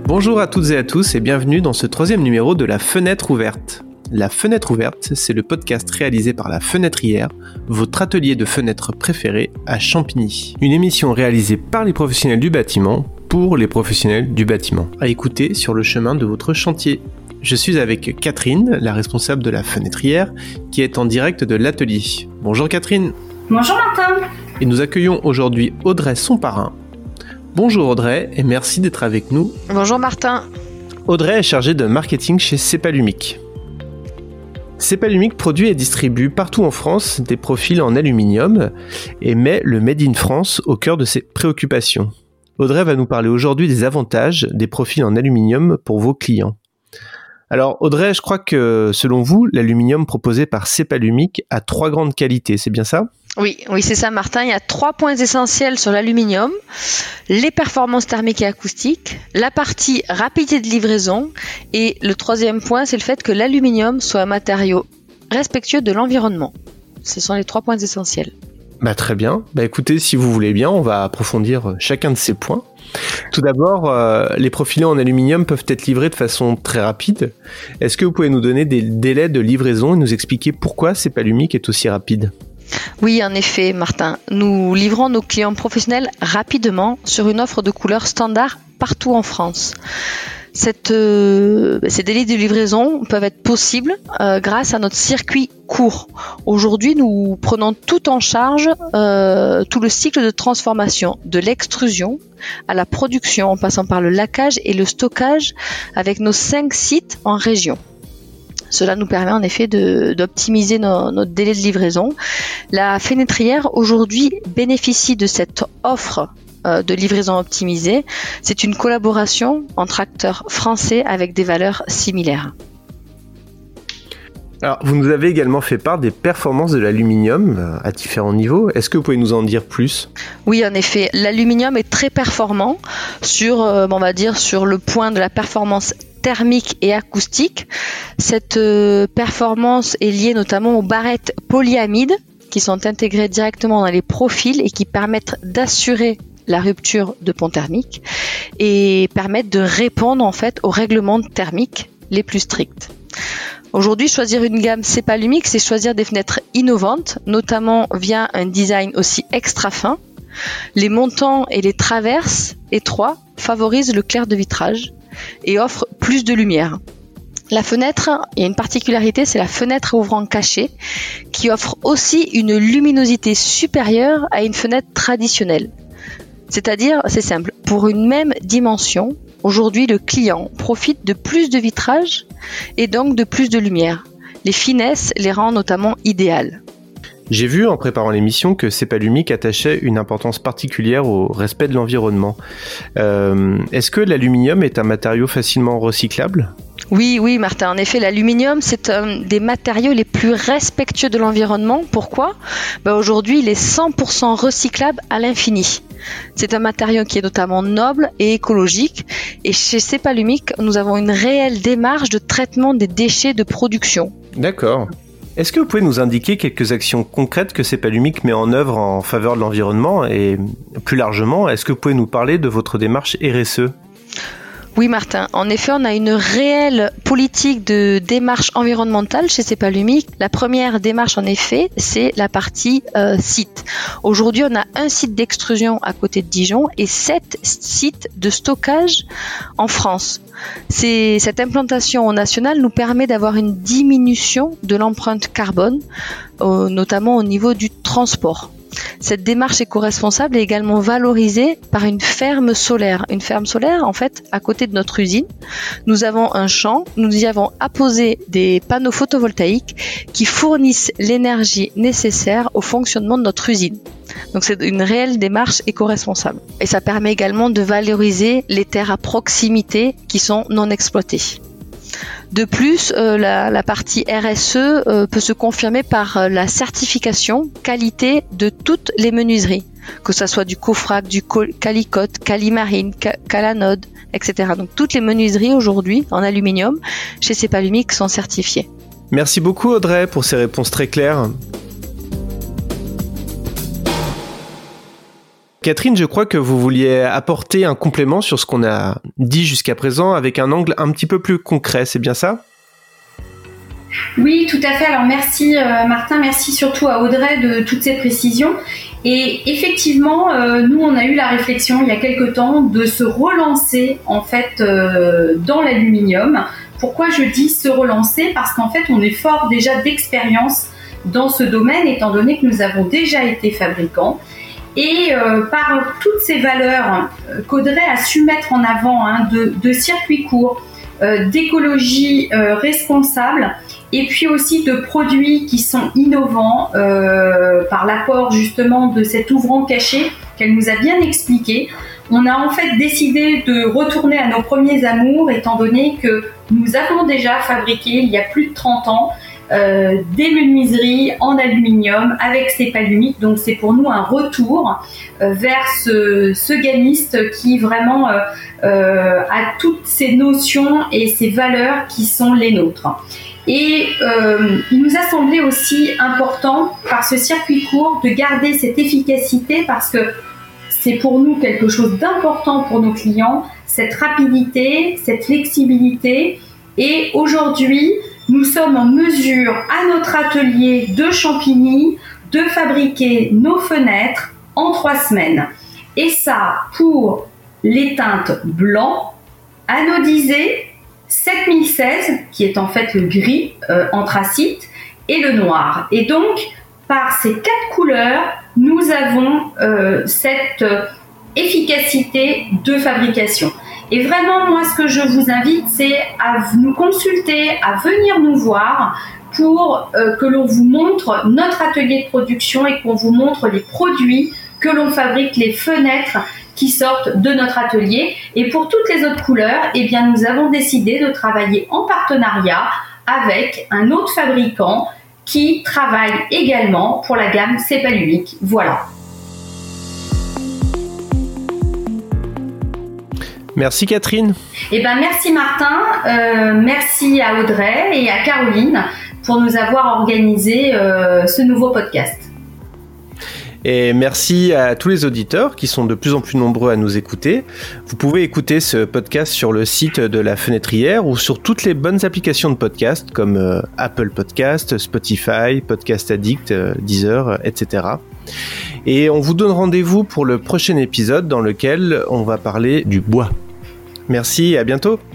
Bonjour à toutes et à tous et bienvenue dans ce 3e numéro de La Fenêtre Ouverte. La Fenêtre Ouverte, c'est le podcast réalisé par La Fenêtrière, votre atelier de fenêtres préféré à Champigny. Une émission réalisée par les professionnels du bâtiment pour les professionnels du bâtiment. À écouter sur le chemin de votre chantier. Je suis avec Catherine, la responsable de La Fenêtrière, qui est en direct de l'atelier. Bonjour Catherine. Bonjour Martin. Et nous accueillons aujourd'hui Audrey Sonparin. Bonjour Audrey et merci d'être avec nous. Bonjour Martin. Audrey est chargée de marketing chez Cepalumic. Cepalumic produit et distribue partout en France des profils en aluminium et met le Made in France au cœur de ses préoccupations. Audrey va nous parler aujourd'hui des avantages des profils en aluminium pour vos clients. Alors Audrey, je crois que selon vous, l'aluminium proposé par Cepalumic a 3 grandes qualités, c'est bien ça ? Oui, c'est ça Martin. Il y a 3 points essentiels sur l'aluminium. Les performances thermiques et acoustiques, la partie rapidité de livraison et le 3e point, c'est le fait que l'aluminium soit un matériau respectueux de l'environnement. Ce sont les 3 points essentiels. Très bien. Écoutez, si vous voulez bien, on va approfondir chacun de ces points. Tout d'abord, les profilés en aluminium peuvent être livrés de façon très rapide. Est-ce que vous pouvez nous donner des délais de livraison et nous expliquer pourquoi Cepalumic est aussi rapide ? Oui, en effet, Martin. Nous livrons nos clients professionnels rapidement sur une offre de couleurs standard partout en France. Ces délais de livraison peuvent être possibles grâce à notre circuit court. Aujourd'hui, nous prenons tout en charge, tout le cycle de transformation, de l'extrusion à la production, en passant par le laquage et le stockage avec nos 5 sites en région. Cela nous permet en effet d'optimiser notre délai de livraison. La Fenêtrière aujourd'hui bénéficie de cette offre de livraison optimisée. C'est une collaboration entre acteurs français avec des valeurs similaires. Alors, vous nous avez également fait part des performances de l'aluminium à différents niveaux. Est-ce que vous pouvez nous en dire plus ? Oui, en effet, l'aluminium est très performant sur le point de la performance thermique et acoustique. Cette performance est liée notamment aux barrettes polyamides qui sont intégrées directement dans les profils et qui permettent d'assurer la rupture de pont thermique et permettent de répondre en fait aux règlements thermiques les plus stricts. Aujourd'hui, choisir une gamme Cepalumic, c'est choisir des fenêtres innovantes, notamment via un design aussi extra fin. Les montants et les traverses étroits favorisent le clair de vitrage et offrent plus de lumière. La fenêtre, il y a une particularité, c'est la fenêtre ouvrant cachée qui offre aussi une luminosité supérieure à une fenêtre traditionnelle. C'est-à-dire, c'est simple, pour une même dimension, aujourd'hui le client profite de plus de vitrage et donc de plus de lumière. Les finesses les rendent notamment idéales. J'ai vu en préparant l'émission que Cepalumic attachait une importance particulière au respect de l'environnement. Est-ce que l'aluminium est un matériau facilement recyclable ? Oui, Martin. En effet, l'aluminium, c'est un des matériaux les plus respectueux de l'environnement. Pourquoi ? Aujourd'hui, il est 100% recyclable à l'infini. C'est un matériau qui est notamment noble et écologique. Et chez Cepalumic, nous avons une réelle démarche de traitement des déchets de production. D'accord. Est-ce que vous pouvez nous indiquer quelques actions concrètes que Cepalumic met en œuvre en faveur de l'environnement et plus largement, est-ce que vous pouvez nous parler de votre démarche RSE ? Oui Martin, en effet on a une réelle politique de démarche environnementale chez Cepalumic. La première démarche en effet c'est la partie site. Aujourd'hui on a un site d'extrusion à côté de Dijon et 7 sites de stockage en France. Cette implantation nationale nous permet d'avoir une diminution de l'empreinte carbone, notamment au niveau du transport. Cette démarche éco-responsable est également valorisée par une ferme solaire. Une ferme solaire, en fait, à côté de notre usine, nous avons un champ, nous y avons apposé des panneaux photovoltaïques qui fournissent l'énergie nécessaire au fonctionnement de notre usine. Donc c'est une réelle démarche éco-responsable. Et ça permet également de valoriser les terres à proximité qui sont non exploitées. De plus, la partie RSE peut se confirmer par la certification qualité de toutes les menuiseries, que ce soit du Cofrac, du Calicote, Calimarine, Calanode, etc. Donc toutes les menuiseries aujourd'hui en aluminium chez Cepalumic sont certifiées. Merci beaucoup Audrey pour ces réponses très claires. Catherine, je crois que vous vouliez apporter un complément sur ce qu'on a dit jusqu'à présent avec un angle un petit peu plus concret, c'est bien ça ? Oui, tout à fait. Alors merci Martin, merci surtout à Audrey de toutes ces précisions. Et effectivement, nous on a eu la réflexion il y a quelque temps de se relancer en fait dans l'aluminium. Pourquoi je dis se relancer ? Parce qu'en fait on est fort déjà d'expérience dans ce domaine étant donné que nous avons déjà été fabricants. Et par toutes ces valeurs qu'Audrey a su mettre en avant, de circuits courts, d'écologie responsable, et puis aussi de produits qui sont innovants par l'apport justement de cet ouvrant caché qu'elle nous a bien expliqué. On a en fait décidé de retourner à nos premiers amours étant donné que nous avons déjà fabriqué il y a plus de 30 ans des menuiseries en aluminium avec Cepalumic. Donc c'est pour nous un retour vers ce gamiste qui vraiment a toutes ces notions et ces valeurs qui sont les nôtres. Et il nous a semblé aussi important par ce circuit court de garder cette efficacité parce que c'est pour nous quelque chose d'important pour nos clients, cette rapidité, cette flexibilité. Et aujourd'hui, nous sommes en mesure, à notre atelier de Champigny, de fabriquer nos fenêtres en 3 semaines. Et ça, pour les teintes blanc, anodisé, 7016, qui est en fait le gris anthracite, et le noir. Et donc, par ces 4 couleurs, nous avons cette efficacité de fabrication. Et vraiment, moi, ce que je vous invite, c'est à nous consulter, à venir nous voir pour que l'on vous montre notre atelier de production et qu'on vous montre les produits que l'on fabrique, les fenêtres qui sortent de notre atelier. Et pour toutes les autres couleurs, eh bien, nous avons décidé de travailler en partenariat avec un autre fabricant qui travaille également pour la gamme Cepalumic. Voilà. Merci Catherine. Eh ben, merci Martin, merci à Audrey et à Caroline pour nous avoir organisé ce nouveau podcast. Et merci à tous les auditeurs qui sont de plus en plus nombreux à nous écouter. Vous pouvez écouter ce podcast sur le site de La Fenêtrière ou sur toutes les bonnes applications de podcast comme Apple Podcast, Spotify, Podcast Addict, Deezer, etc. Et on vous donne rendez-vous pour le prochain épisode dans lequel on va parler du bois. Merci et à bientôt.